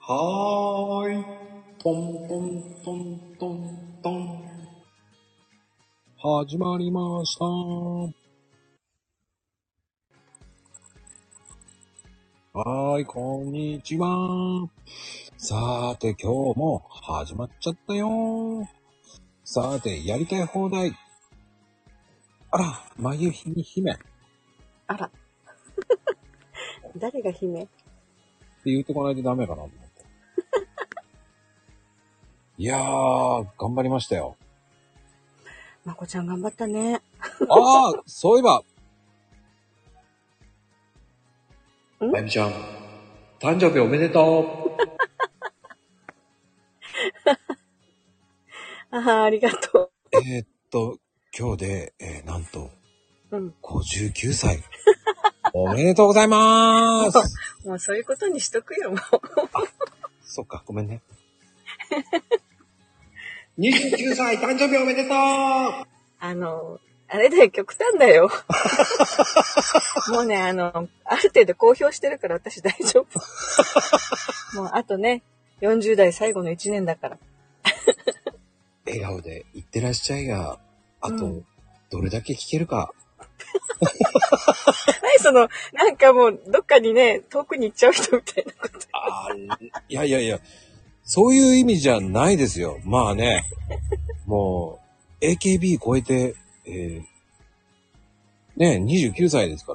はーい。トントントントントン。始まりました。はーい、こんにちは。さーて、今日も始まっちゃったよ。さーて、やりたい放題。あら、まゆひに姫。 あら。誰が姫って言ってこないとダメかなと思って。いやー、頑張りましたよ。 まこちゃん頑張ったね。 あー、そういえば。まゆみちゃん、誕生日おめでとう。 ありがと今日で、なんと、 う。うん。 59歳。おめでとうございまーす。 もうそういうことにしとくよ、もう。 そっか、ごめんね。29歳誕生日おめでとう。 あれだよ、極端だよ。もうね、ある程度公表してるから私大丈夫。もうあとね、40代最後の1年だから。 笑顔で言ってらっしゃいが、あと、 うん、 どれだけ聞けるか。 何なんかもう、どっかにね、遠くに行っちゃう人みたいなこと。 いや、そういう意味じゃないですよ。まあね、もう、AKB 超えて、ね、29歳ですから。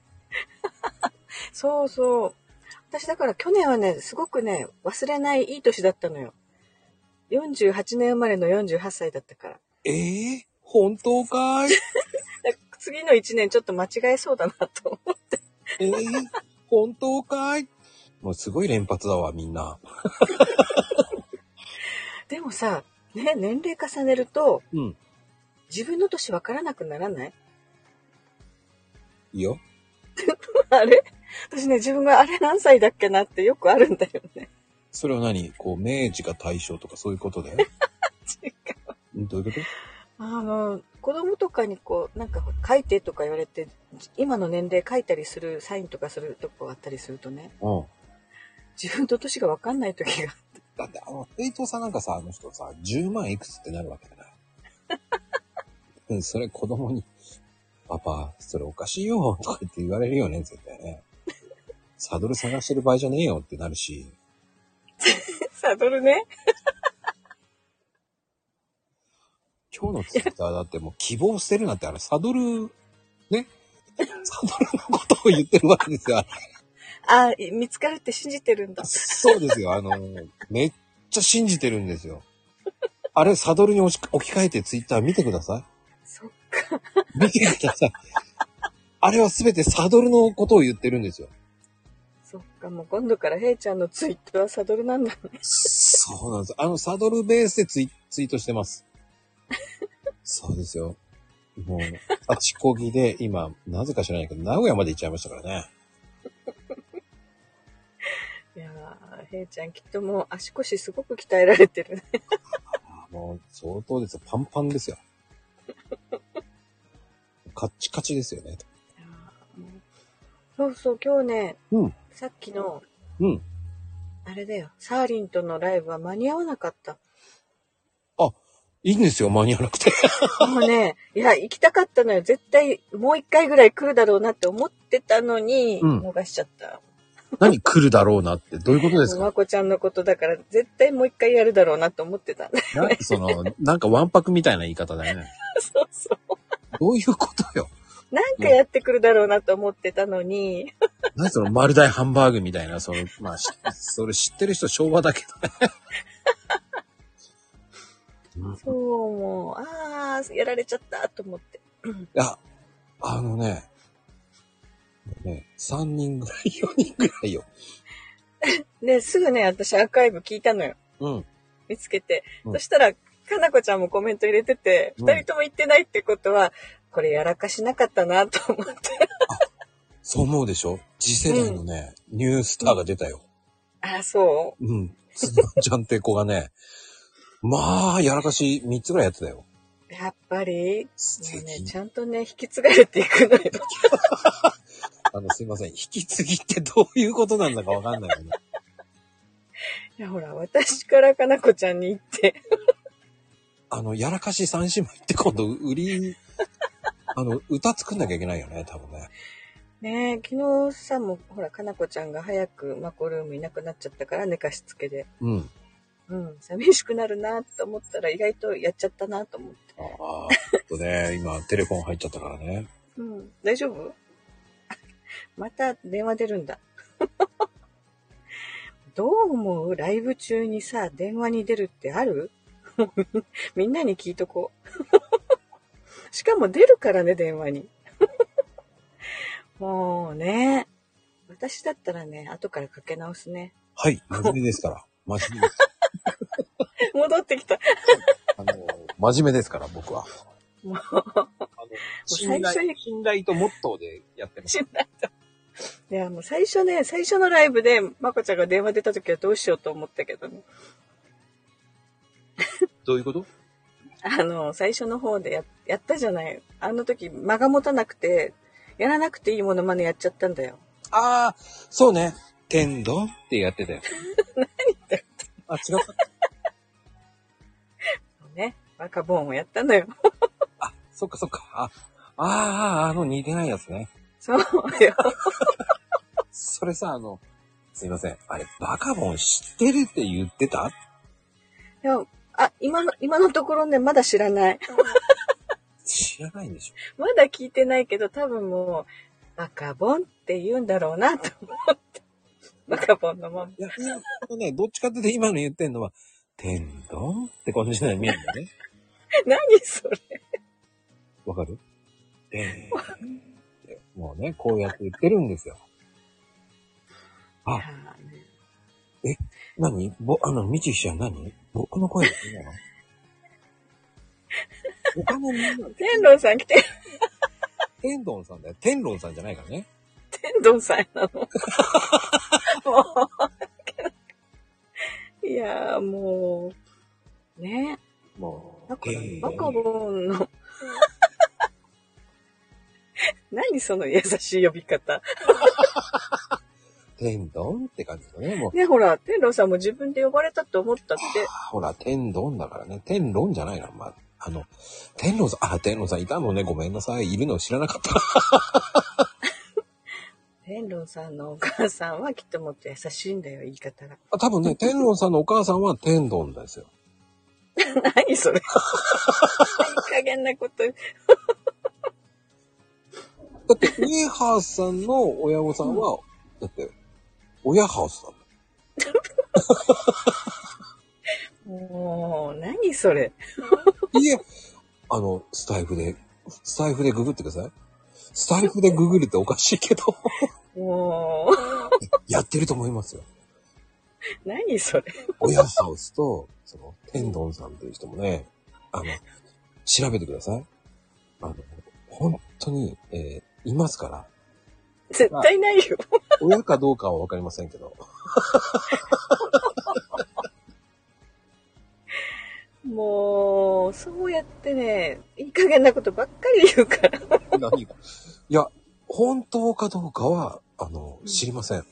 そうそう。私だから去年はね、すごくね、忘れないいい年だったのよ。48年生まれの48歳だったから。 本当かい？ 次の1年ちょっと間違えそうだなと思って。 本当かい？もうすごい連発だわ、みんな。 でもさ、ね、年齢重ねると、 うん。 自分の年わからなくならない？ いいよ。 あれ？私ね、自分があれ何歳だっけなってよくあるんだよね。 それは何？こう、明治か大正とかそういうことで？ 違う。 どういうこと？ 子供とかにこう、なんか書いてとか言われて、今の年齢書いたりする、サインとかするとこあったりするとね、 うん。 自分の年がわかんない時が。 だって伊藤さんなんかさ、あの人さ、10万いくつってなるわけだな。うん、それ子供に、パパ、それおかしいよ、とか言って言われるよね、絶対ね。サドル探してる場合じゃねえよってなるし。 サドルね。 今日のツイッターだってもう希望捨てるなってサドル、ね。サドルのことを言ってるわけですよ。 見つかるって信じてるんだ。 そうですよ。めっちゃ信じてるんですよ。あれ、サドルに置き換えてツイッター見てください。 そっか。 見てください。あれはすべてサドルのことを言ってるんですよ。 そっか、もう今度からヘイちゃんのツイートはサドルなんだね。 そうなんです。サドルベースでツイートしてます。そうですよ。もう、足こぎで今、なぜか知らないけど、名古屋まで行っちゃいましたからね。 いやー、ヘイちゃんきっともう足腰すごく鍛えられてるね。 もう、相当ですよ。パンパンですよ。カッチカチですよね。 そうそう、今日ね、 うん。 さっきの、 うん。 あれだよ、サーリンとのライブは間に合わなかった。 いいんですよ、間に合わなくて。 もうね、いや、行きたかったのよ。絶対もう一回ぐらい来るだろうなって思ってたのに、逃しちゃった。 何来るだろうなってどういうことですか？ まこちゃんのことだから絶対もう一回やるだろうなと思ってた。 なんかわんぱくみたいな言い方だよね。 そうそう。 どういうことよ。 なんかやってくるだろうなと思ってたのに。 何その丸大ハンバーグみたいな、それ知ってる人昭和だけどね。 そう、もう、やられちゃったと思って。 いや、3人ぐらい、4人ぐらいよ。 で、すぐね、私アーカイブ聞いたのよ。 うん。 見つけて。そしたら、かなこちゃんもコメント入れてて、二人とも言ってないってことは、これやらかしなかったなと思って。 そう思うでしょ？次世代のね、ニュースターが出たよ。 そう？ うん。つばちゃんって子がね、まあ、やらかし3つぐらいやってたよ。 やっぱり、 素敵。 ね、ちゃんとね、引き継がれていくのよ。 すいません。引き継ぎってどういうことなんだかわかんないけど。 いや、ほら、私からかなこちゃんに言って。 やらかし三姉妹って今度歌作んなきゃいけないよね、多分ね。 ねえ、昨日さ、もほら、かなこちゃんが早くマコルームいなくなっちゃったから寝かしつけで。 うん。 うん、寂しくなるなと思ったら意外とやっちゃったなと思って。 ああ、ね、今テレフォン入っちゃったからね。 うん、大丈夫？また電話出るんだ。どう思う？ライブ中にさ、電話に出るってある？みんなに聞いとこう。しかも出るからね、電話に。もうね、私だったらね、後からかけ直すね。 はい、真面目ですから。真面目です。 戻ってきた。 真面目ですから、僕は。 もう信頼とモットーでやってます。 信頼と。いや、もう最初のライブで、まこちゃんが電話出た時はどうしようと思ったけどね。 どういうこと？ 最初の方でやったじゃない。あの時間が持たなくて、やらなくていいものまねやっちゃったんだよ。 ああ、そうね。天丼ってやってたよ。 何だよ。 あ、違った。 ね。若ボーンをやったのよ。 あ、そっかそっか。似てないやつね。 そうよ。 それさ、すいません。あれ、バカボン知ってるって言ってた？ いや、今のところね、まだ知らない。 知らないんでしょ。 まだ聞いてないけど、多分もう、バカボンって言うんだろうなと思って。バカボンのまま。いや、ね、どっちかっていうと今の言ってんのは、天丼って感じに見えるんだね。 何それ？ わかる？もうね、こうやって言ってるんですよ。あ、何？みちひちゃん何？僕の声がいいの？他のみんな。 天童さん来て。 天童さんだよ。天童さんじゃないからね。 天童さんなの。もう。いやーもう、ね。 もう。 だから、バカボンの。何その優しい呼び方。 天丼って感じだね、もう。 ね、ほら、天童さんも自分で呼ばれたって思ったって。 ほら、天丼だからね。天丼じゃないな、まあ。天童さんいたのね。ごめんなさい。いるの知らなかった。 天童さんのお母さんはきっともっと優しいんだよ、言い方が。 多分ね、天童さんのお母さんは天丼ですよ。 何それ。いい加減なこと。だって、ウエハースさんの親御さんは、だって、親ハウスだもん。もう、何それ。 いえ、スタイフでググってください。スタイフでググるっておかしいけど。 もう。 やってると思いますよ。 何それ。 親ハウスと、天丼さんっていう人もね、調べてください。本当に、いますから。 絶対ないよ。 親かどうかはわかりませんけど。 もう、そうやってね、いい加減なことばっかり言うから。 何が？いや、本当かどうかは、知りません。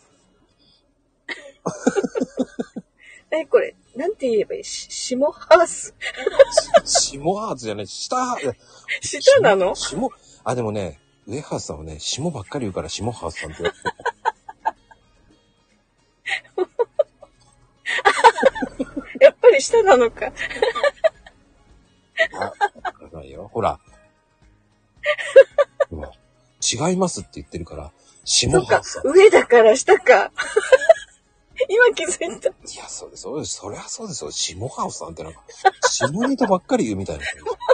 これ、なんて言えばいい？下ハウス。 下ハーツじゃない、下なの？ でもね、上ハーツさんはね、下ばっかり言うから下ハーツさんって言われて。 やっぱり下なのか。 わからないよ。ほら。違いますって言ってるから、下ハーツさん。 上だから下か。今気づいた。 いや、そうです。そりゃそうですよ。下ハウスさんってなんか、下ネタばっかり言うみたいな。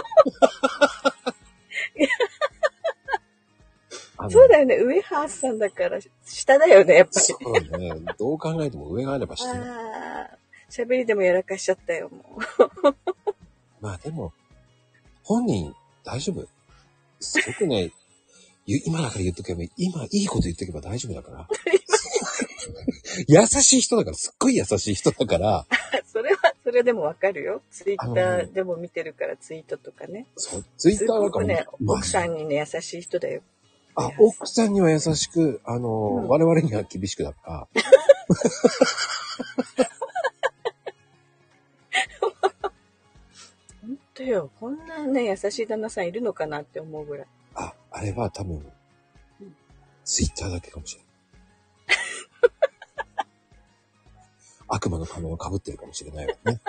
そうだよね。上ハウスさんだから下だよね、やっぱり。 そうね。どう考えても上があれば下。 喋りでもやらかしちゃったよ、もう。 まあでも、本人大丈夫。すごくね、今だから言っとけば、今いいこと言っとけば大丈夫だから。優しい人だから、すっごい優しい人だから。 それでもわかるよ。ツイッターでも見てるからツイートとかね。 そう、ツイッターなんかもね、奥さんにね、優しい人だよ。 奥さんには優しく、我々には厳しくだから。 よ。こんなね、優しい旦那さんいるのかなって思うぐらい。 あれは多分、ツイッターだけかもしれない。悪魔の仮面を被ってるかもしれないわね。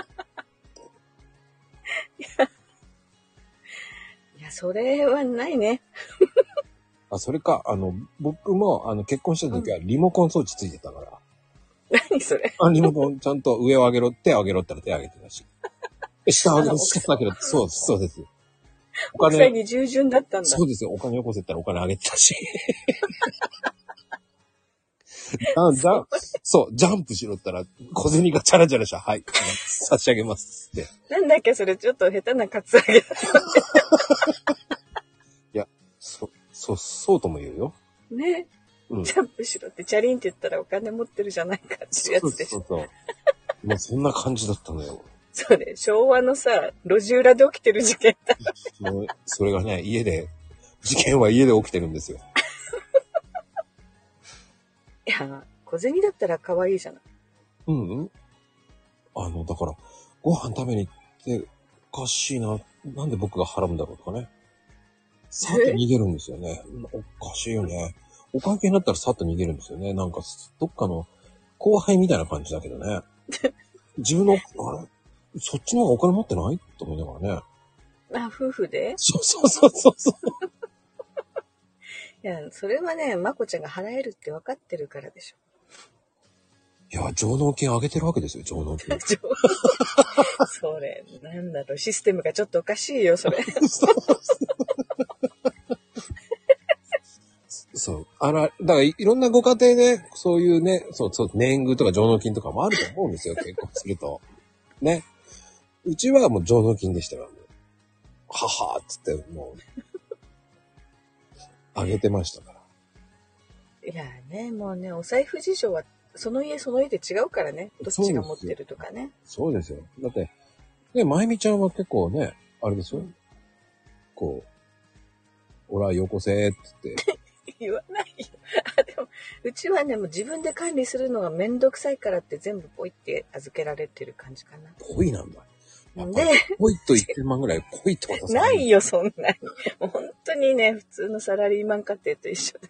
いや、それはないね。 それか、僕も、結婚した時はリモコン装置ついてたから。 何それ。 リモコンちゃんと上を上げろ、手を上げろって言ったら手を上げてたし。下を上げろ、下を上げろって、そうです、そうです。 お金に従順だったんだ。 そうですよ。お金よこせったらお金あげてたし。そう、ジャンプしろったら小銭がチャラチャラした。はい。差し上げますって。 なんだっけ、それちょっと下手なカツアゲだ。 いや、そうとも言うよ。 ね。うん、ジャンプしろってチャリンって言ったらお金持ってるじゃないかっていうやつでしょ。そう。 もうそんな感じだったのよ。 そうね。昭和のさ、路地裏で起きてる事件だ。 もう、それがね、事件は家で起きてるんですよ。 いや、小銭だったら可愛いじゃない。 だから、ご飯食べに行って、おかしいな。なんで僕が払うんだろうとかね。さっと逃げるんですよね。おかしいよね。お会計になったらさっと逃げるんですよね。なんか、どっかの後輩みたいな感じだけどね。自分の、そっちの方がお金持ってないと思いながらね。 夫婦で？ そう。 いや、それはね、まこちゃんが払えるって分かってるからでしょ。 いや、上納金上げてるわけですよ、上納金。 それ、なんだろう、システムがちょっとおかしいよ、それ。 そう。だからいろんなご家庭で、そういうね、年貢とか上納金とかもあると思うんですよ、結婚すると。ね。うちはもう上納金でしたよ。ははーっつって、もう、あげてましたから。 いやね、もうね、お財布事情は、その家で違うからね。どっちが持ってるとかね。 そうですよ。だって、ね、まゆみちゃんは結構ね、あれですよ。こう、おらよこせーって言って。 言わないよ。でも、うちはね、もう自分で管理するのがめんどくさいからって全部ポイって預けられてる感じかな。 ポイなんだ。で、ポイっと1000万ぐらいポイって渡さない。ないよ、そんなに。もう本当にね、普通のサラリーマン家庭と一緒で。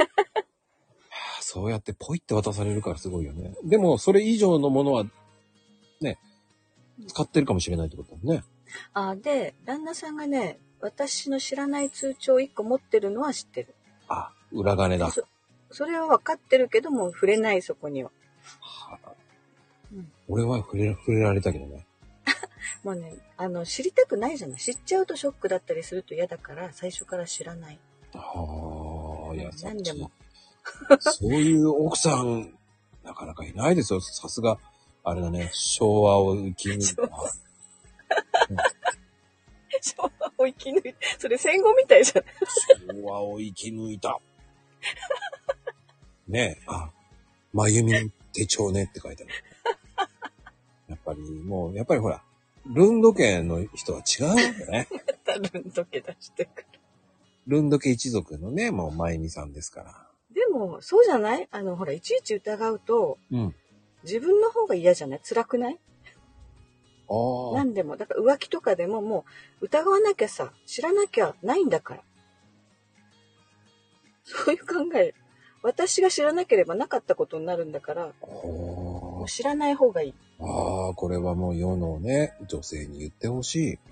そうやってポイって渡されるからすごいよね。でも、それ以上のものは、ね、使ってるかもしれないってことだもんね。 で、旦那さんがね、私の知らない通帳を1個持ってるのは知ってる。 裏金だ。 それは分かってるけども、触れない、そこには。 俺は触れられたけどね。 もうね、知りたくないじゃない。知っちゃうとショックだったりすると嫌だから、最初から知らない。 いや、 何でも。 そういう奥さん、なかなかいないですよ。さすが、あれだね、昭和を生き抜いた。 昭和を生き抜いた。それ戦後みたいじゃん。昭和を生き抜いた。ねえ、まゆみの手帳ねって書いてある。やっぱりほら、ルンド家の人は違うんだね。 またルンド家出してくる。 ルンド家一族のね、もうまゆみさんですから。 でも、そうじゃない？ほら、いちいち疑うと、自分の方が嫌じゃない？辛くない？何でも。だから浮気とかでももう疑わなきゃさ、知らなきゃないんだから。そういう考え。私が知らなければなかったことになるんだから、もう知らない方がいい。 これはもう世のね、女性に言ってほしい。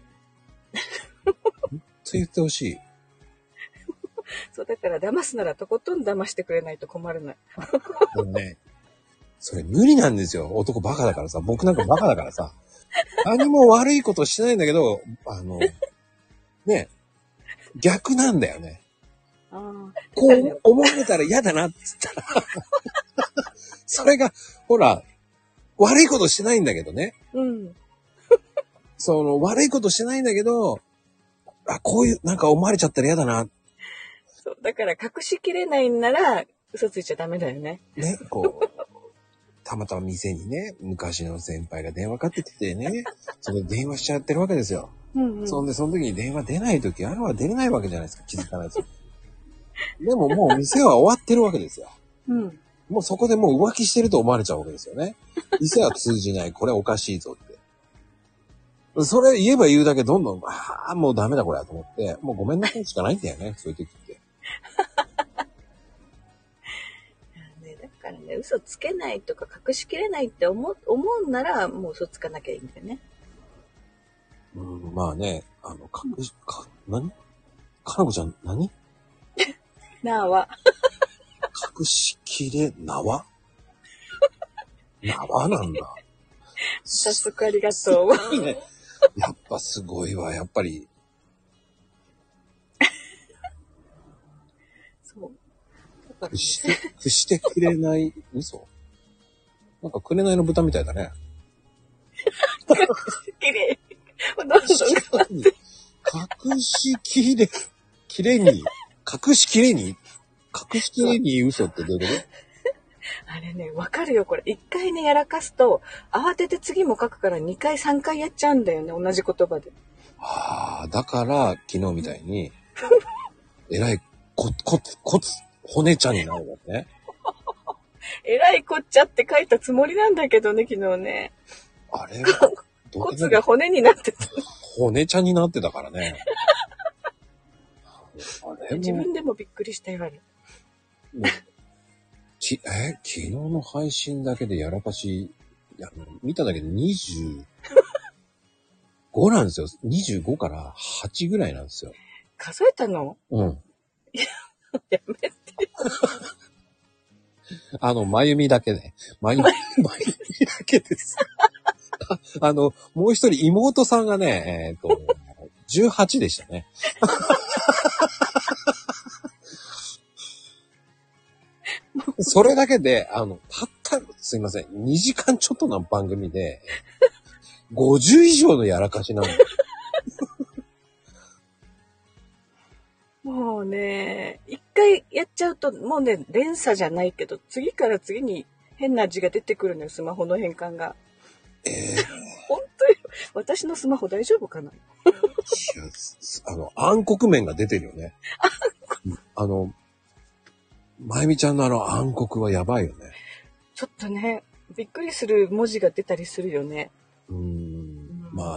言ってほしい。 そう、だから騙すならとことん騙してくれないと困るの。 でもね、それ無理なんですよ。男バカだからさ、僕なんかバカだからさ。何も悪いことしてないんだけど、ね、逆なんだよね。こう思われたら嫌だなって言ったら、それが、ほら、悪いことしてないんだけどね。悪いことしてないんだけど、こういう、なんか思われちゃったら嫌だな。 そう、だから隠しきれないんなら、嘘ついちゃダメだよね。 ね、たまたま店にね、昔の先輩が電話かけててね、それ電話しちゃってるわけですよ。その時に電話出ない時、あれは出れないわけじゃないですか、気づかないです。でももう店は終わってるわけですよ。もうそこでもう浮気してると思われちゃうわけですよね。店は通じない、これおかしいぞって。 それ言えば言うだけどんどん、ああ、もうダメだこれと思って、もうごめんなさいしかないんだよね、そういう時って。 ね、だからね、嘘つけないとか隠しきれないって思うんなら、もう嘘つかなきゃいいんだよね。 まあね、何かなこちゃん、何なあは。 隠しきれ縄縄なんだ。 早速ありがとう。 ね、やっぱすごいわ、やっぱり。 そう。 屈してくれない嘘なんかくれないの豚みたいだね。 きれい。どんどん隠しきれに嘘ってどういうこと？ あれね、わかるよ、これ。一回ね、やらかすと、慌てて次も書くから2回3回やっちゃうんだよね、同じ言葉で。 ああ、だから、昨日みたいに、えらい、骨ちゃんになるもんね。 えらいこっちゃって書いたつもりなんだけどね、昨日ね。 あれは、 骨が骨になってた。 骨ちゃんになってたからね。あれも自分でもびっくりしたよ、あれ。 昨日の配信だけでやらかし、見ただけで25なんですよ。25から8ぐらいなんですよ。 数えたの？ うん。 やめて。 まゆみだけで。まゆみだけです。もう一人妹さんがね、18でしたね。それだけで、すいません、2時間ちょっとの番組で、50以上のやらかしなんだ。 もうね、一回やっちゃうと、もうね、連鎖じゃないけど、次から次に変な字が出てくるのよ、スマホの変換が。本当に、私のスマホ大丈夫かな？いや、暗黒面が出てるよね。まゆみちゃんの暗黒はやばいよね。 ちょっとね、びっくりする文字が出たりするよね。 まあ、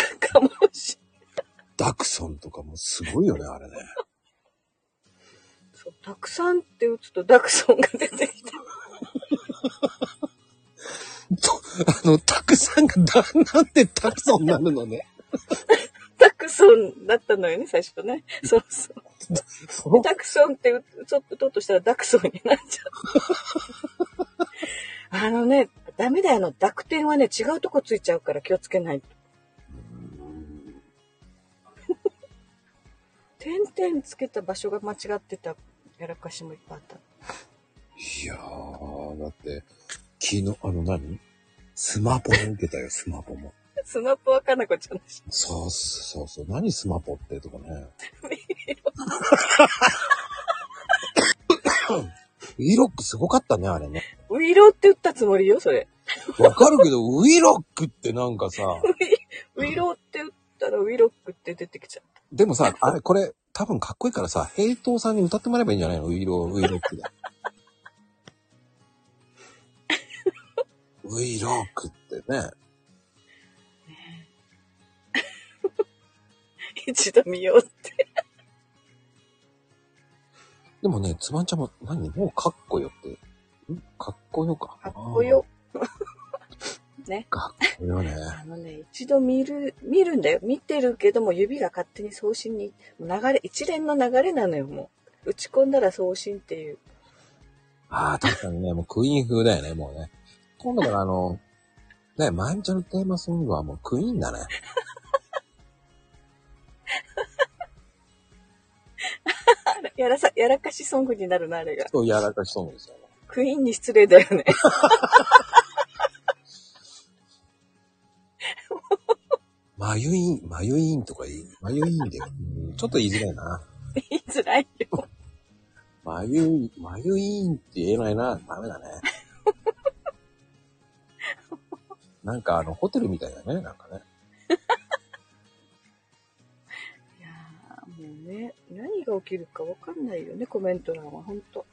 ダクソンとかもすごいよね、あれね。 そう、たくさんって打つとダクソンが出てきた。 たくさんがなんでダクソンになるのね。 ダクソンだったのよね、最初ね。そうそう。ダクソンって打とうとしたらダクソンになっちゃう。ダメだよ、濁点はね、違うとこついちゃうから気をつけないと。点々つけた場所が間違ってたやらかしもいっぱいあった。 いやー、だって、昨日、スマポも受けたよ、スマポも。 スマポはかなこちゃんでしょ。 そう。何スマポってとかね。ウィロックすごかったね、あれね。 ウィローって打ったつもりよ、それ。 わかるけど、ウィロックってなんかさ。 ウィローって打ったらウィロックって出てきちゃった。 でもさ、これ、多分かっこいいからさ、平等さんに歌ってもらえばいいんじゃないの？ウィロックで。ウィロックってね。 一度見ようって。 でもね、つばんちゃんも、もうかっこよって。かっこよか。 かっこよ。ね。 かっこよね。 一度見るんだよ。見てるけども、指が勝手に送信に、一連の流れなのよ、もう。打ち込んだら送信っていう。 ああ、確かにね、もうクイーン風だよね、もうね。今度からまゆみちゃんのテーマソングはもうクイーンだね。 やらかしソングになるな、あれが。 そう、やらかしソングですよね。 クイーンに失礼だよね。 まゆいんとかまゆいんで、ちょっと言いづらいな。 言いづらいよ。 まゆいんって言えないな。ダメだね。なんかホテルみたいだね、なんかね。 いやー、もうね、何が起きるかわかんないよね、コメント欄は、ほんと。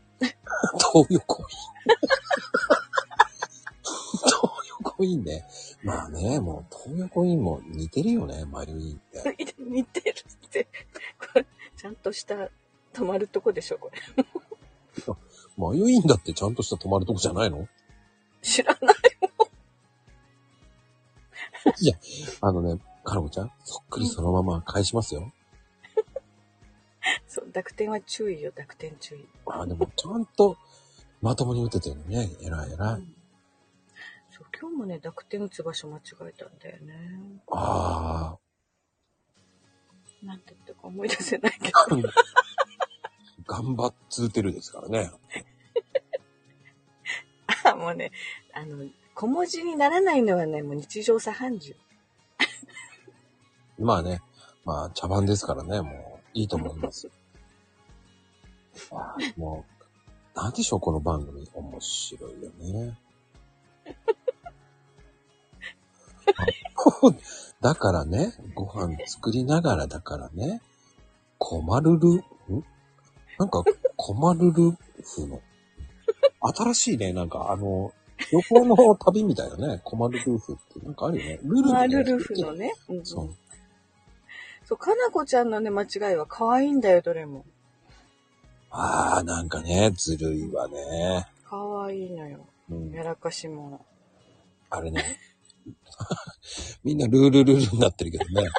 東横イン。東横インね。 まあね、もう東横インも似てるよね、マリオインって。 似てるって。これ、ちゃんとした泊まるとこでしょ、これ。 マリオインだってちゃんとした泊まるとこじゃないの？ 知らない。 いや、かなこちゃん、そっくりそのまま返しますよ。 そう、濁点は注意よ、濁点注意。 でもちゃんとまともに打ててるのね。偉い偉い。 そう、今日もね、濁点打つ場所間違えたんだよね。なんて言ったか思い出せないけど。 頑張っつうてるですからね。 もうね、小文字にならないのはね、もう日常茶飯事。 まあね、まあ茶番ですからね、もういいと思います。もう、なんでしょう、この番組。面白いよね。だからね、ご飯作りながらだからね、コマルル、なんか、コマルル風の。新しいね、なんか旅行の旅みたいなね、コマルル風ってなんかあるよね。 コマルルフのね。 そう。 そう、かなこちゃんのね、間違いは可愛いんだよ、どれも。 なんかね、ずるいわね。 可愛いのよ。やらかし者。 あれね。みんなルールになってるけどね。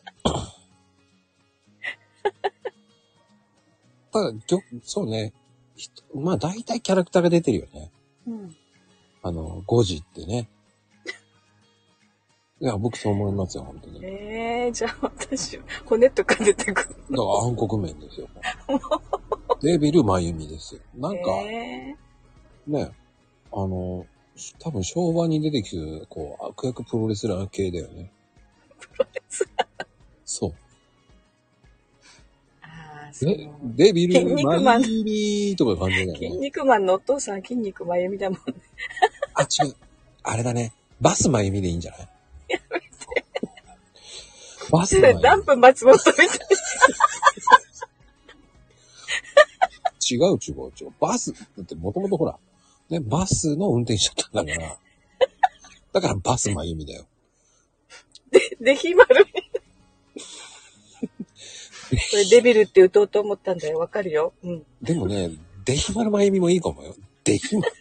ただ、そうね。まあ、大体キャラクターが出てるよね。5時ってね。いや、僕そう思いますよ、本当に。 じゃあ私、骨とか出てくる。 だから暗黒面ですよ。デビル真由美ですよ。なんか、ね、多分昭和に出てきて、こう、悪役プロレスラー系だよね。 プロレスラー？ そう。 そう。 デビル真由美とか感じだよね。 筋肉マンのお父さん、筋肉真由美だもんね。 違う。あれだね。バス真由美でいいんじゃない？ やめて。 バス真由美。 ダンプ松本みたい。 違う。バス、だってもともとほら、ね、バスの運転手だったんだから。だからバス真由美だよ。 で、ひまる。これデビルって打とうと思ったんだよ。わかるよ。 でもね、デヒマル真由美もいいかもよ。デヒマル。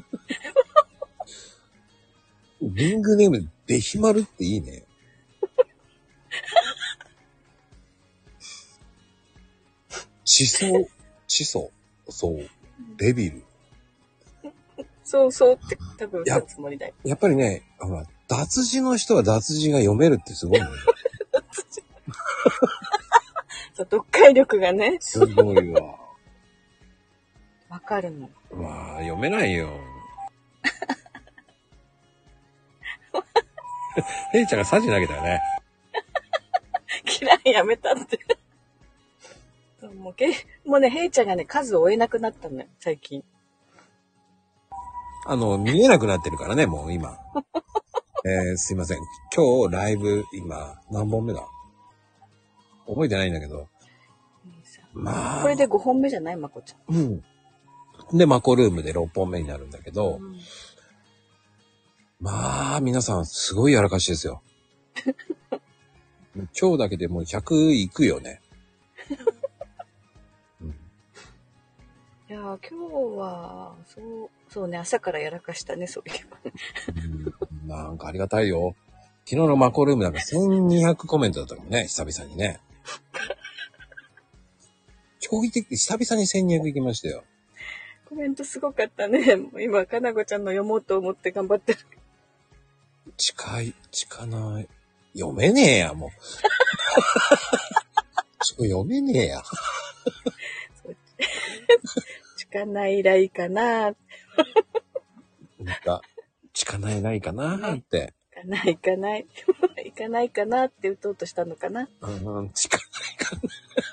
リングネームでデヒマルっていいね。地層、そう、デビル。 そうって多分打つつもりだよ。 やっぱりね、脱字の人は脱字が読めるってすごいね。 そう、読解力がね。 すごいわ。 わかるの。 わあ、読めないよ。ヘイちゃんがサジ投げたよね。 嫌い、やめたって。もうね、ヘイちゃんがね、数を追えなくなったのよ、最近。 見えなくなってるからね、もう今。すいません。今日ライブ、今、何本目だ？覚えてないんだけど。 これで5本目じゃない？まこちゃん。 で、マコルームで6本目になるんだけど、まあ、皆さん、すごいやらかしですよ。今日だけでもう100いくよね。 いやー、今日は、そうね、朝からやらかしたね、そういえば。なんかありがたいよ。昨日のマコルームなんか1200コメントだったもんね、久々にね。驚異的、久々に1200行きましたよ。 コメントすごかったね。もう今、かなこちゃんの読もうと思って頑張ってる。 近ない。読めねえや、もう。読めねえや。 近ないらいかな。 なんか、近ないらいかなって。 行かないかなって打とうとしたのかな。 近ないかな。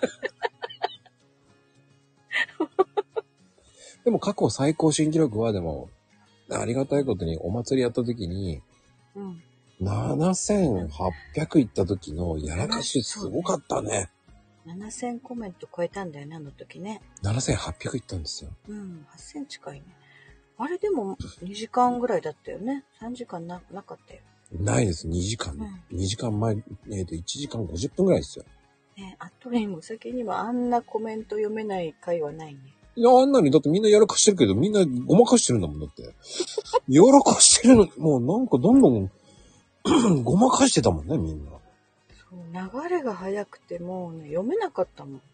でも過去最高新記録はでも、ありがたいことにお祭りやった時に、7800行った時のやらかしすごかったね。 7000コメント超えたんだよね、あの時ね。 7800行ったんですよ。 8000近いね。あれでも2時間ぐらいだったよね。3時間なかったよ。 ないです。2時間。2時間前、1時間50分ぐらいですよ。 ね、アトレイム先にはあんなコメント読めない回はないね。 いや、あんなに、だってみんなやらかしてるけど、みんなごまかしてるんだもん、だって。やらかしてるの、もうなんかどんどんごまかしてたもんね、みんな。 そう、流れが速くてもうね、読めなかったもん。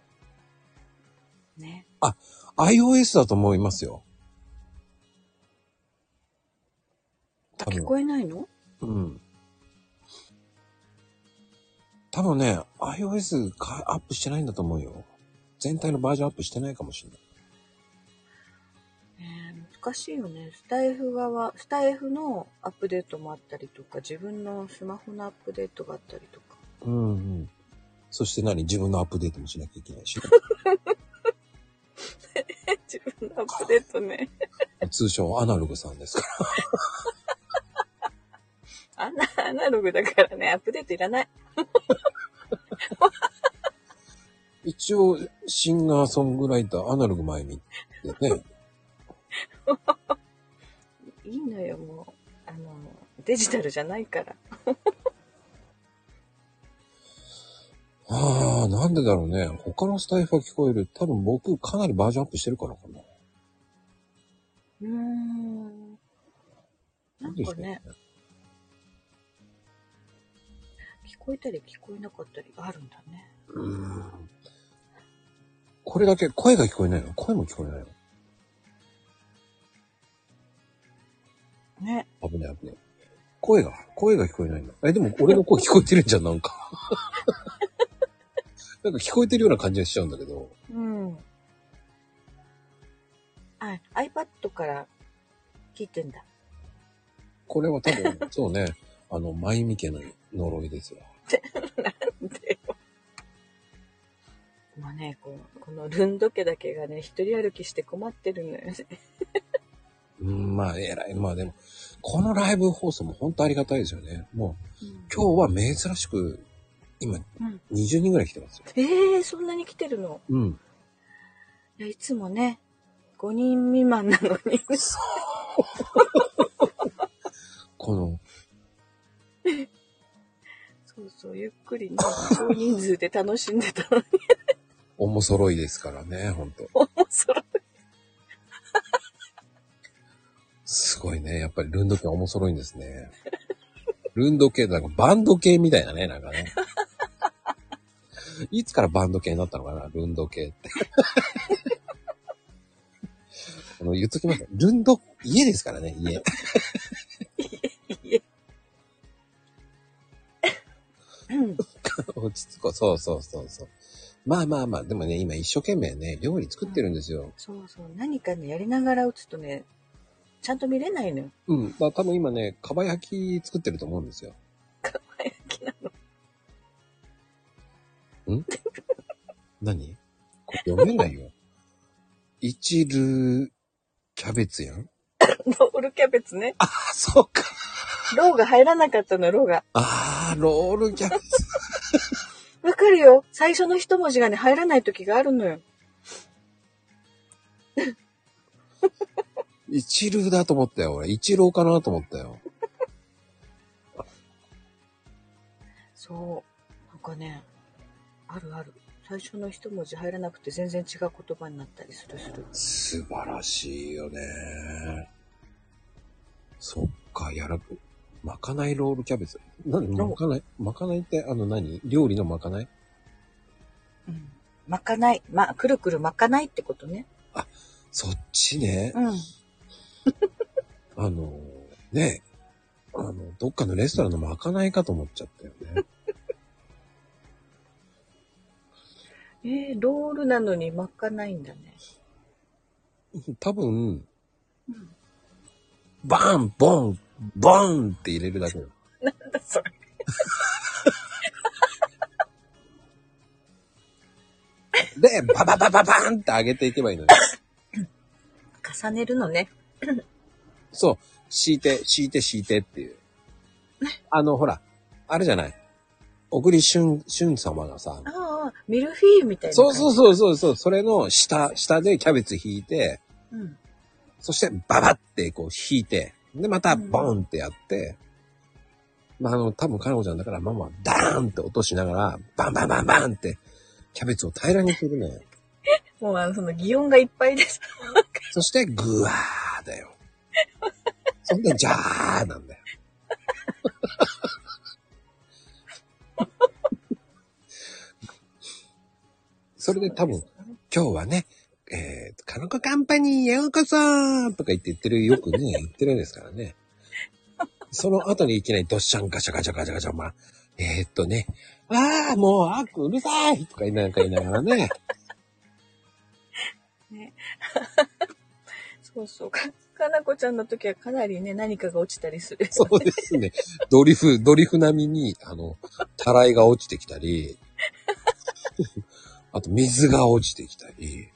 ね。 あ、iOS だと思いますよ。 聞こえないの？ うん。多分ね、iOS アップしてないんだと思うよ。全体のバージョンアップしてないかもしれない。 難しいよね。スタイフのアップデートもあったりとか、自分のスマホのアップデートがあったりとか。 うんうん。そして自分のアップデートもしなきゃいけないし。 自分のアップデートね。 通称アナログさんですから。 アナログだからね、アップデートいらない。 一応、シンガーソングライター、アナログ前見ってね。 いいのよ、もう。デジタルじゃないから。 ああ、なんでだろうね。他のスタイフは聞こえる。多分僕かなりバージョンアップしてるからかな。 なんかね。聞こえたり聞こえなかったりあるんだね。 これだけ声が聞こえないの？声も聞こえないの？ ね。 危ない危ない。声が聞こえないんだ。でも俺の声聞こえてるんじゃん、なんか。なんか聞こえてるような感じがしちゃうんだけど。 うん。iPad から聞いてんだ。 これは多分、そうね。まゆみ家の呪いですよ。 なんでよ。もうね、このルンド家だけがね、一人歩きして困ってるのよね。 まあ、偉い。まあでも、このライブ放送も本当ありがたいですよね。もう、今日は珍しく、今、20人ぐらい来てますよ。 そんなに来てるの？ うん。 いつもね、5人未満なのに。 そう。この、 そうそう、ゆっくりね、少人数で楽しんでたのに。 面揃いですからね、ほんと。 面揃い。 すごいね。やっぱりルンド系面白いんですね。ルンド系なんかバンド系みたいなね、なんかね。いつからバンド系になったのかな、ルンド系って。言っときます。ルンド、家ですからね、家。 家。 落ち着こう。そう。まあ、でもね、今一生懸命ね、料理作ってるんですよ。 そう。何かね、やりながら打つとね、ちゃんと見れないのよ。 多分今ね、かば焼き作ってると思うんですよ。 かば焼きなの？何？これ読めないよ。一ルキャベツやん。 ロールキャベツね。 あ、そうか。 ローが入らなかったの、ローが。 ロールキャベツ。 わかるよ。最初の一文字がね、入らない時があるのよ。 一ルだと思ったよ、俺。一郎かなと思ったよ。 そう。なんかね、ある。最初の一文字入らなくて全然違う言葉になったりする。 素晴らしいよね。そっか、まかないロールキャベツ。何？まかないって何？料理のまかない？ まかない。くるくるまかないってことね。 あ、そっちね。ね、どっかのレストランのまかないかと思っちゃったよね。ロールなのにまかないんだね。 多分、バーン、ボン、ボンって入れるだけよ。 なんだそれ。 で、バババババーンって上げていけばいいのよ。 重ねるのね。 そう。敷いてっていう。ほら、あれじゃない。小栗旬様がさ。 ミルフィーユみたいな。 そう。それの下でキャベツ引いて、そしてババってこう引いて、で、またボンってやって、 まあ、多分、かなこちゃんだからママはダーンって落としながら、バンバンバンバンって、キャベツを平らにするのよ。 もうその擬音がいっぱいです。 そして、グワーだよ。そんで、ジャーなんだよ。それで多分、今日はね、かのこカンパニーへようこそとか言ってる、よくね、言ってるんですからね。その後にいきなりドッシャンガシャガシャガシャガシャ、まあ、ね、もう、うるさいとかなんか言いながらね。 ねそうそう。かなこちゃんの時はかなりね、何かが落ちたりする、ね。 そうですね。ドリフ並みに、たらいが落ちてきたり、あと水が落ちてきたり。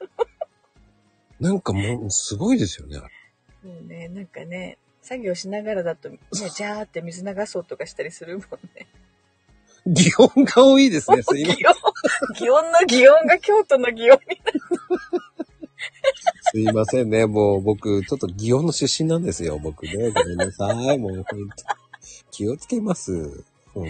なんかもう、すごいですよね。 もうね、なんかね、作業しながらだと、ね、ジャーって水流そうとかしたりするもんね。 擬音が多いですね、すいません。 擬音の擬音が京都の擬音になる。 すいませんね。もう僕、ちょっと祇園の出身なんですよ。僕ね。ごめんなさい。もう本当気をつけます。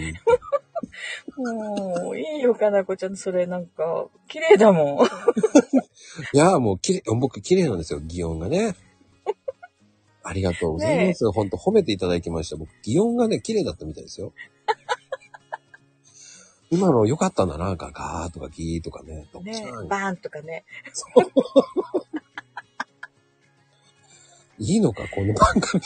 もう、いいよ、かなこちゃん。それなんか、綺麗だもん。 いや、もう僕綺麗なんですよ。祇園がね。ありがとうございます。本当褒めていただきました。僕、祇園がね、綺麗だったみたいですよ。今の良かったんだな。ガーとかギーとかね。 ね、バーンとかね。 そういいのか、この番組。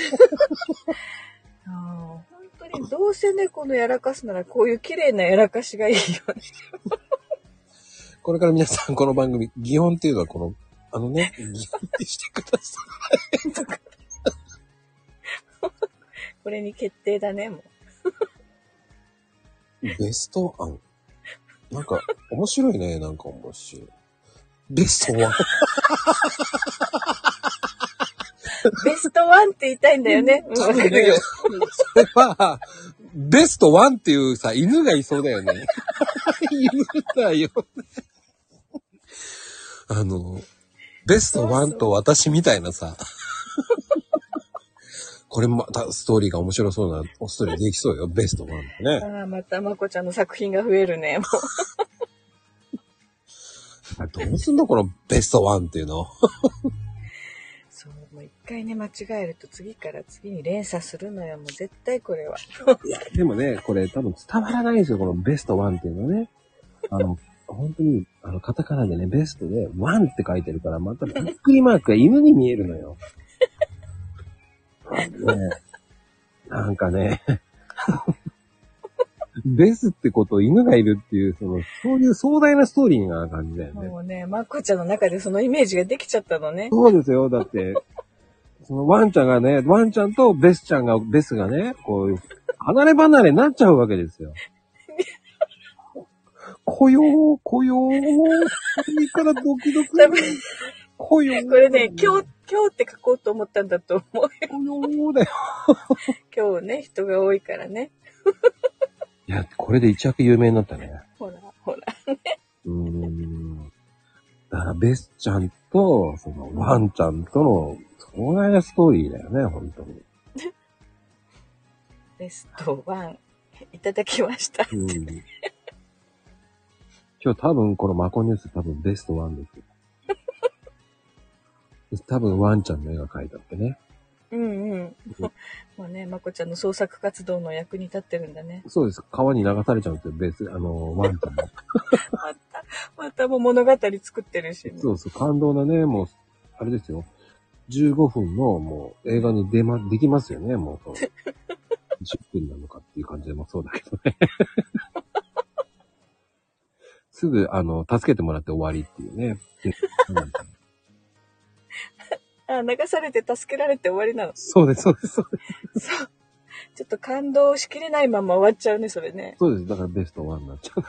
本当に、どうせ猫のやらかすなら、こういう綺麗なやらかしがいいよね。 これから皆さん、この番組、祇園っていうのは祇園ってしてください。 これに決定だね、もう。ベスト案。なんか、面白いね。なんか面白い。ベストワン。 ベストワンって言いたいんだよね。 多分ね、それは、ベストワンっていうさ、犬がいそうだよね。犬だよね。ベストワンと私みたいなさ。これまたストーリーが面白そうなストーリーできそうよ。ベストワンってね。 またまこちゃんの作品が増えるね。もうどうすんのこのベストワンっていうの。 そう、もう一回ね、間違えると次から次に連鎖するのよ。もう絶対これは。 いや、でもね、これ多分伝わらないんですよ。このベストワンっていうのね。本当に、カタカナでね、ベストでワンって書いてるから、またびっくりマークが犬に見えるのよ。ね、なんかね、ベスってこと犬がいるっていう、そういう壮大なストーリーな感じだよね。 もうね、まこちゃんの中でそのイメージができちゃったのね。 そうですよ。だって、そのワンちゃんとベスがね、こういう、離れ離れになっちゃうわけですよ。こよー、いいからドキドキ。こよー。 これね、今日って書こうと思ったんだと思うよ。 こよーだよ。 今日ね、人が多いからね。 いや、これで一躍有名になったね。 ほら。 だからベスちゃんと、ワンちゃんとの、壮大なストーリーだよね、本当に。 ベスト1、いただきました。 今日多分このマコニュース多分ベスト1ですよ。多分ワンちゃんの絵が描いてあってね。 もうね、まこちゃんの創作活動の役に立ってるんだね。 そうです。川に流されちゃうんですよ、ワンちゃんも。 またもう物語作ってるし、ね。 そう、感動なね、もう、あれですよ。15分のもう映画にできますよね、もう。10分なのかっていう感じでもそうだけどね。すぐ、助けてもらって終わりっていうね。 流されて助けられて終わりなの。 そうです。そう。 ちょっと感動しきれないまま終わっちゃうね、それね。 そうです。だからベスト1になっちゃう。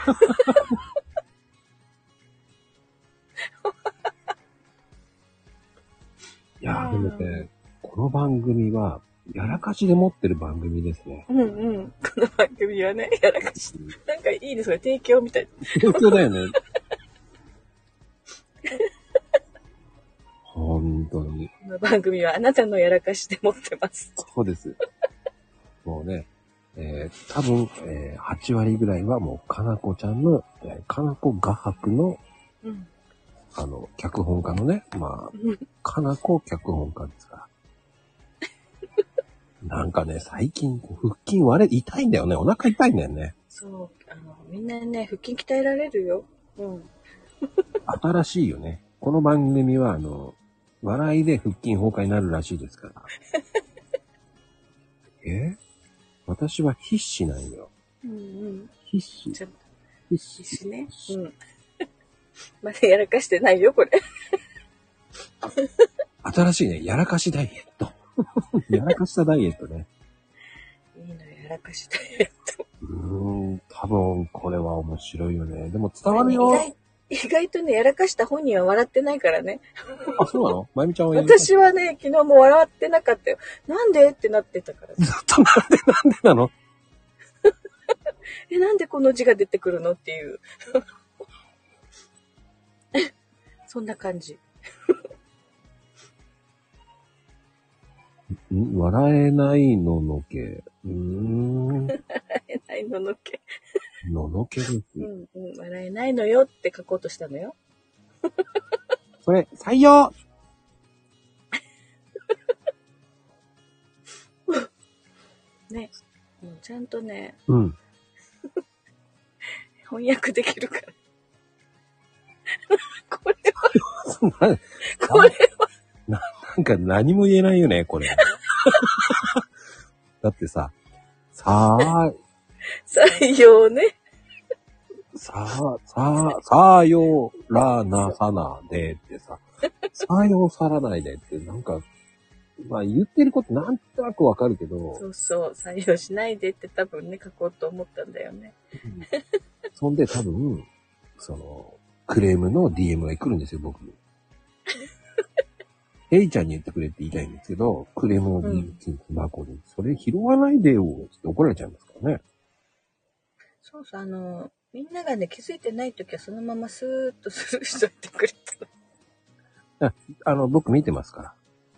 いやー、でもね、この番組は、やらかしで持ってる番組ですね。 この番組はね、やらかし。なんかいいですね、提供みたい。 提供だよね。本当に。 この番組はあなたのやらかしで持ってます。 そうです。 もうね、多分、8割ぐらいはもう、かなこちゃんの、かなこ画伯の、 うん。 脚本家のね、まあ、かなこ脚本家ですから。なんかね、最近、腹筋痛いんだよね。お腹痛いんだよね。 そう、みんなね、腹筋鍛えられるよ。うん。 新しいよね。この番組は、笑いで腹筋崩壊になるらしいですから。私は必死なんよ。 うんうん。 必死。 ちょっと、 必死。 必死ね。うん。まだやらかしてないよ、これ。 新しいね。やらかしダイエット。やらかしたダイエットね。 いいのよ、やらかしダイエット。 多分これは面白いよね。でも伝わるよ。 意外とね、やらかした本人は笑ってないからね。 あ、そうなの？まゆみちゃんは私はね、昨日も笑ってなかったよ。なんでってなってたから。 ずっとなんでなの？ なんでこの字が出てくるのっていう。そんな感じ。 笑えないののけ。 笑えないののけ。 ののけです。 うんうん。笑えないのよって書こうとしたのよ。 それ、採用ね。もうちゃんとね、 うん。 翻訳できるから。これは、これは。 なんか何も言えないよね、これ。だってさ、 採用ね。 さよらなさなでってさ、さよさらないでってなんか、まあ言ってることなんとなくわかるけど。 そうそう、採用しないでって多分ね、書こうと思ったんだよね。 そんで多分、クレームの DM が来るんですよ、僕。ヘイちゃんに言ってくれって言いたいんですけど、クレームの DM 箱に、それ拾わないでよって怒られちゃいますからね。 そうそう、みんながね、気づいてないときはそのままスーッとスルーしといてくれたら。僕見てますから。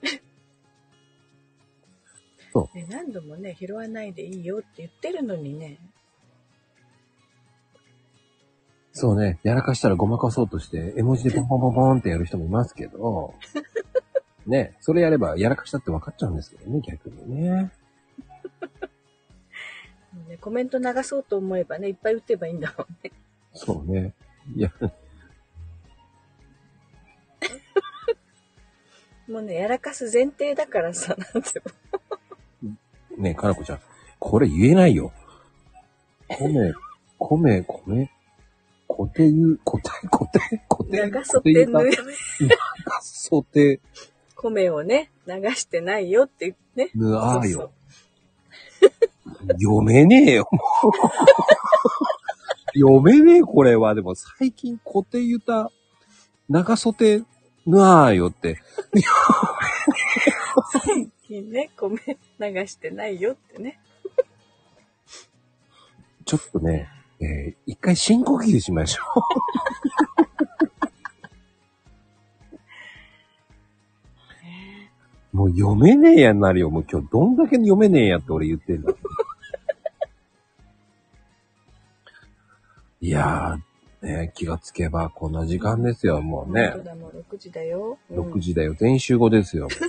そう。 ね、何度もね、拾わないでいいよって言ってるのにね。 そうね、やらかしたらごまかそうとして、絵文字でポンポンポンポンってやる人もいますけど、ね、それやればやらかしたって分かっちゃうんですけどね、逆にね。 ね、コメント流そうと思えばね、いっぱい打てばいいんだろうね。 そうね。いや。 もうね、やらかす前提だからさ、なんていうの。ねえ、かなこちゃん、これ言えないよ。 長袖ぬやめ。 長袖。 米をね、流してないよってね。 ぬあーよ。読めねえよ、もう。読めねえ、これは。でも最近固定言った、長袖ぬあーよって。 最近ね、米流してないよってね。 ちょっとね、一回深呼吸しましょう。もう読めねえやになるよ。もう今日どんだけ読めねえやって俺言ってんだ。いやー、ね、気がつけばこんな時間ですよ、もうね。 本当だ、もう6時だよ。 6時だよ。全員集合ですよ。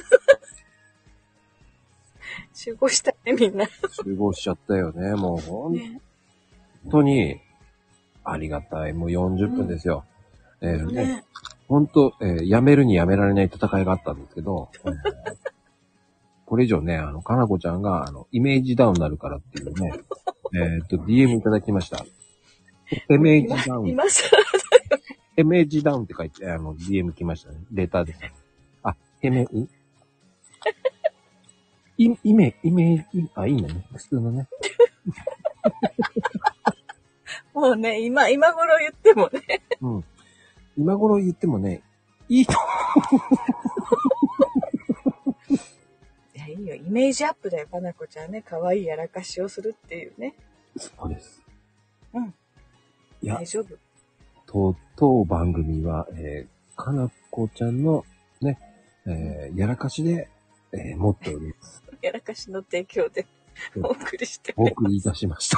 集合したね、みんな。 集合しちゃったよね。もう本当にありがたい。もう40分ですよ。ね、本当、やめるにやめられない戦いがあったんですけど、これ以上ね、かなこちゃんが、イメージダウンになるからっていうね、DM いただきました。イメージダウン。 今更イメージダウンって書いて、DM 来ましたね。レターです。あ、イメージ、あ、いいのね。普通のね。 もうね、今頃言ってもね。 うん。今頃言ってもね、いいと。 いや、いいよ。イメージアップだよ、かなこちゃんね。可愛いやらかしをするっていうね。 そうです。 うん。 いや、 大丈夫。 当番組は、かなこちゃんのね、やらかしで、持っております。 やらかしの提供で。 お送りしてお送りいたしました。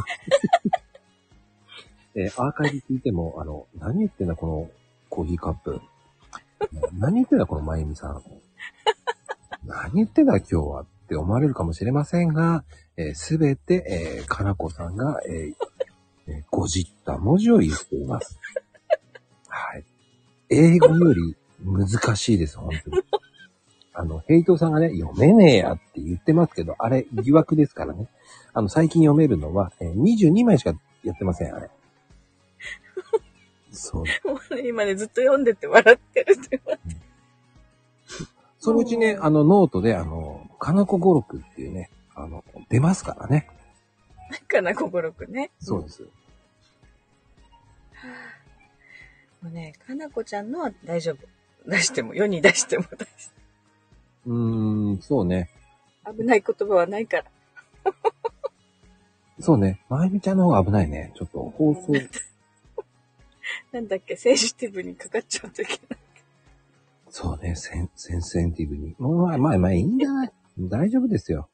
アーカイブ聞いても、何言ってんだこのコーヒーカップ。何言ってんだこのまゆみさん。何言ってんだ今日はって思われるかもしれませんが、すべて、かなこさんが、ごじった文字を言っています。はい。英語より難しいです、本当に。ヘイトさんがね、読めねえやって言ってますけど、あれ疑惑ですからね。最近読めるのは、22枚しかやってません、あれ。そう。 もうね、今ね、ずっと読んでて笑ってるって言われて。 そのうちね、ノートで、かなこ語録っていうね、出ますからね。 かなこ語録ね。 そうです。 もうね、かなこちゃんのは大丈夫。出しても、世に出しても大丈夫。そうね。 危ない言葉はないから。 そうね。まゆみちゃんの方が危ないね。ちょっと放送。 なんだっけ、センシティブにかかっちゃうといけない。 そうね、センティブに。もう、まあいいんじゃない？大丈夫ですよ。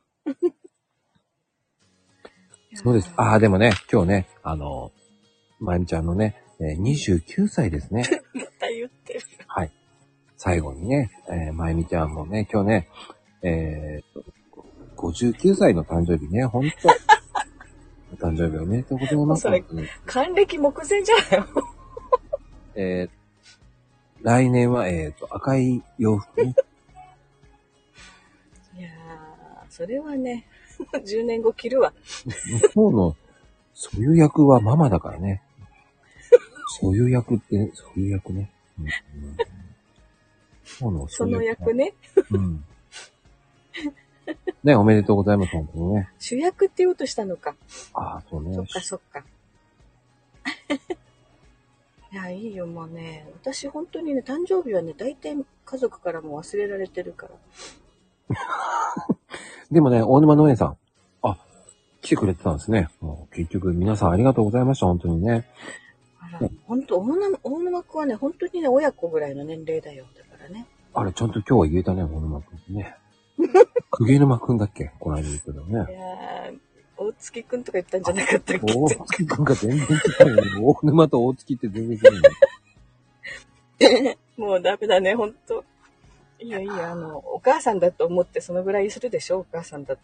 そうです。でもね、今日ね、まゆみちゃんのね、29歳ですね。 また言ってる。 はい。最後にね、まゆみちゃんもね、今日ね、59歳の誕生日ね、ほんと。お誕生日おめでとうございます。 それ、還暦目前じゃないよ。 来年は、赤い洋服ね。 いやー、それはね、10年後着るわ。 向こうの、そういう役はママだからね。そういう役って、そういう役ね。 その役ね。 うん。ね、おめでとうございます、本当にね。 主役って言おうとしたのか。 そうね。 そっか。いや、いいよ、もうね。私、本当にね、誕生日はね、大体家族からも忘れられてるから。 でもね、大沼農園さん。来てくれてたんですね。もう結局、皆さんありがとうございました、本当にね。 本当、大沼くんはね、本当にね、親子ぐらいの年齢だよ。だからね。 あれ、ちゃんと今日は言えたね、大沼くんね。く沼くんだっけこの間言ったのね。 いやー、大月くんとか言ったんじゃなかったっけ。 大月くんが全然違うよ。大沼と大月って全然違うよ。もうダメだね、ほんと。いいよ、お母さんだと思ってそのぐらいするでしょ、お母さんだって。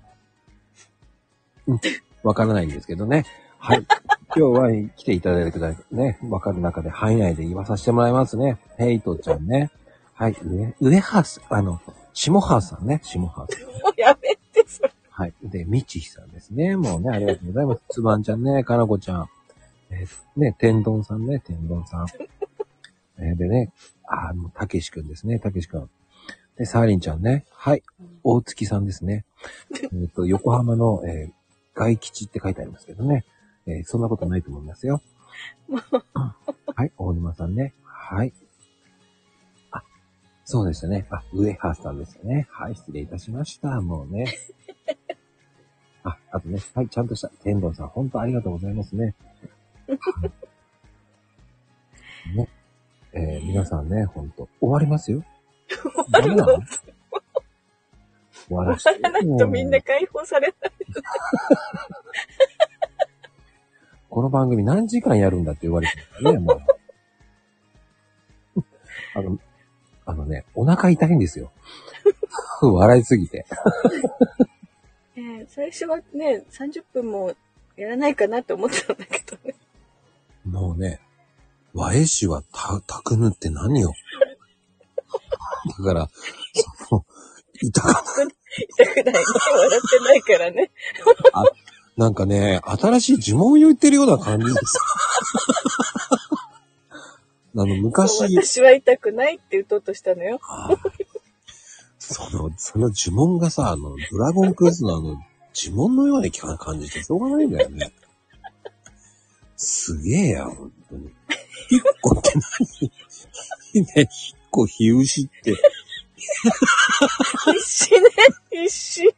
わからないんですけどね。はい。今日は来ていただいてくださいね。わかる中で範囲内で言わさせてもらいますね。ヘイトちゃんね。はい。上ハス、下ハさんね。下ハさん。 もうやめて、それ。 はい。で、みちひさんですね。もうね、ありがとうございます。つばんちゃんね、かなこちゃん。ね、天丼さんね、天丼さん。でね、たけしくんですね、たけしくん。で、サーリンちゃんね。はい。大月さんですね。横浜の、外吉って書いてありますけどね。そんなことないと思いますよ。はい、大沼さんね。はい。そうですね。上原さんですよね。はい、失礼いたしました。もうね。あとね。はい、ちゃんとした。天童さん、本当ありがとうございますね。ね。皆さんね、本当終わりますよ。 終わるの？ 終わらせて。 終わらないとみんな解放されない。 この番組何時間やるんだって言われてるね、もう。ね、お腹痛いんですよ。笑いすぎて。 最初はね、30分もやらないかなって思ってたんだけどね。 もうね、和絵師はたくぬって何よ。だから、痛くない。 痛くないね。笑ってないからね。 なんかね、新しい呪文を言ってるような感じです。昔。 私は痛くないって打とうとしたのよ。 その呪文がさ、ドラゴンクエストの呪文のように感じてしょうがないんだよね。すげえや、本当に。ひっこって何？ね、ひっこひうしって。 必死ね、必死。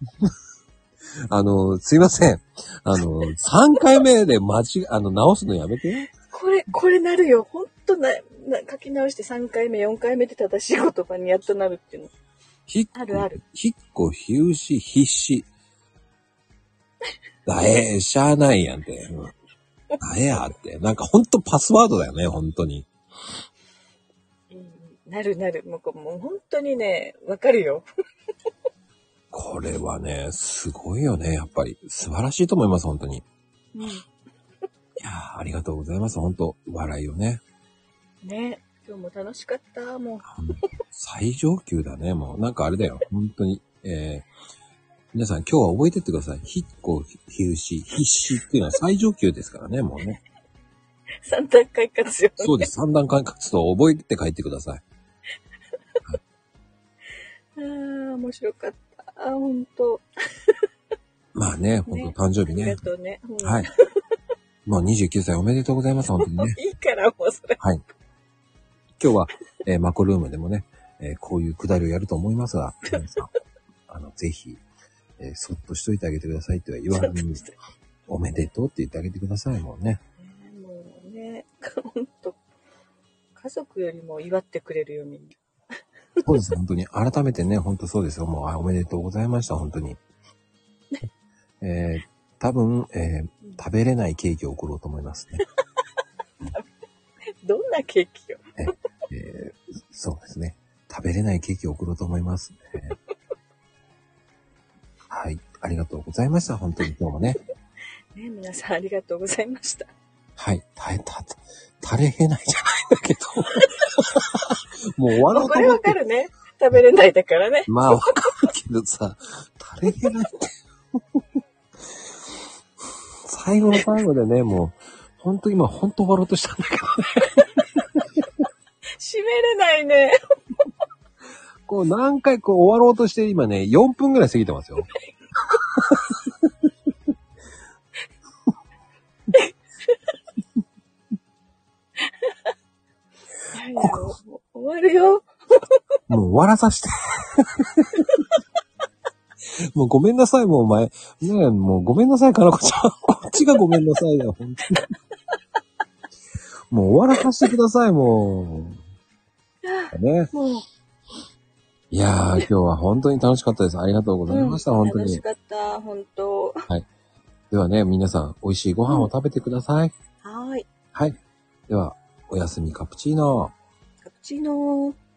すいません。3回目で直すのやめて。 これなるよ。ほんと書き直して3回目、4回目で正しい言葉にやっとなるっていうの。 あるある。 ひっこ、ひうし、必死。しゃあないやんって。なんやって。なんかほんとパスワードだよね、ほんとに。 なる。もう本当にね、わかるよ。 これはね、すごいよね、やっぱり。素晴らしいと思います、本当に。 うん。 いやー、ありがとうございます、本当笑いをね。 ね、今日も楽しかった、もう。 最上級だね、もう。なんかあれだよ、本当に。皆さん今日は覚えてってください。ひっこ、ひうし、必死っていうのは最上級ですからね、もうね。 三段階活用、ね。 そうです。三段階活動を覚えて帰ってください。 面白かった。本当。 まあね、本当誕生日ね。 ありがとうね。 はい。もう29歳おめでとうございます、本当にね。 いいから、もうそれ。 はい。今日は、マコルームでもね、こういうくだりをやると思いますが、皆さん、ぜひ、そっとしといてあげてくださいって言わずに、おめでとうって言ってあげてください、もうね。 もうね、本当家族よりも祝ってくれるよ、みんな。 そうです、本当に。改めてね、本当そうですよ。もう、おめでとうございました、本当に。多分、食べれないケーキを送ろうと思いますね。 どんなケーキよ。 そうですね。食べれないケーキを送ろうと思います、はい。ありがとうございました。本当に今日もね。 ね、皆さんありがとうございました。 はい。垂れへないじゃないんだけど。もう終わろうと思って。 これわかるね。食べれないだからね。 まあわかるけどさ、垂れへないって。最後の最後でね、もう、本当終わろうとしたんだけどね。 閉めれないね。 こう何回終わろうとして今ね、4分ぐらい過ぎてますよ。 いや終わるよ。 もう終わらさして。もうごめんなさい、もうお前。ねえ、もうごめんなさい、かなこちゃん。こっちがごめんなさいよ、本当に。もう終わらさせてください、もう。ね。いやー、今日は本当に楽しかったです。ありがとうございました、本当に。 楽しかった、本当。 はい。ではね、皆さん、美味しいご飯を食べてください。 はい。 はい。では、おやすみカプチーノ。 カプチーノー。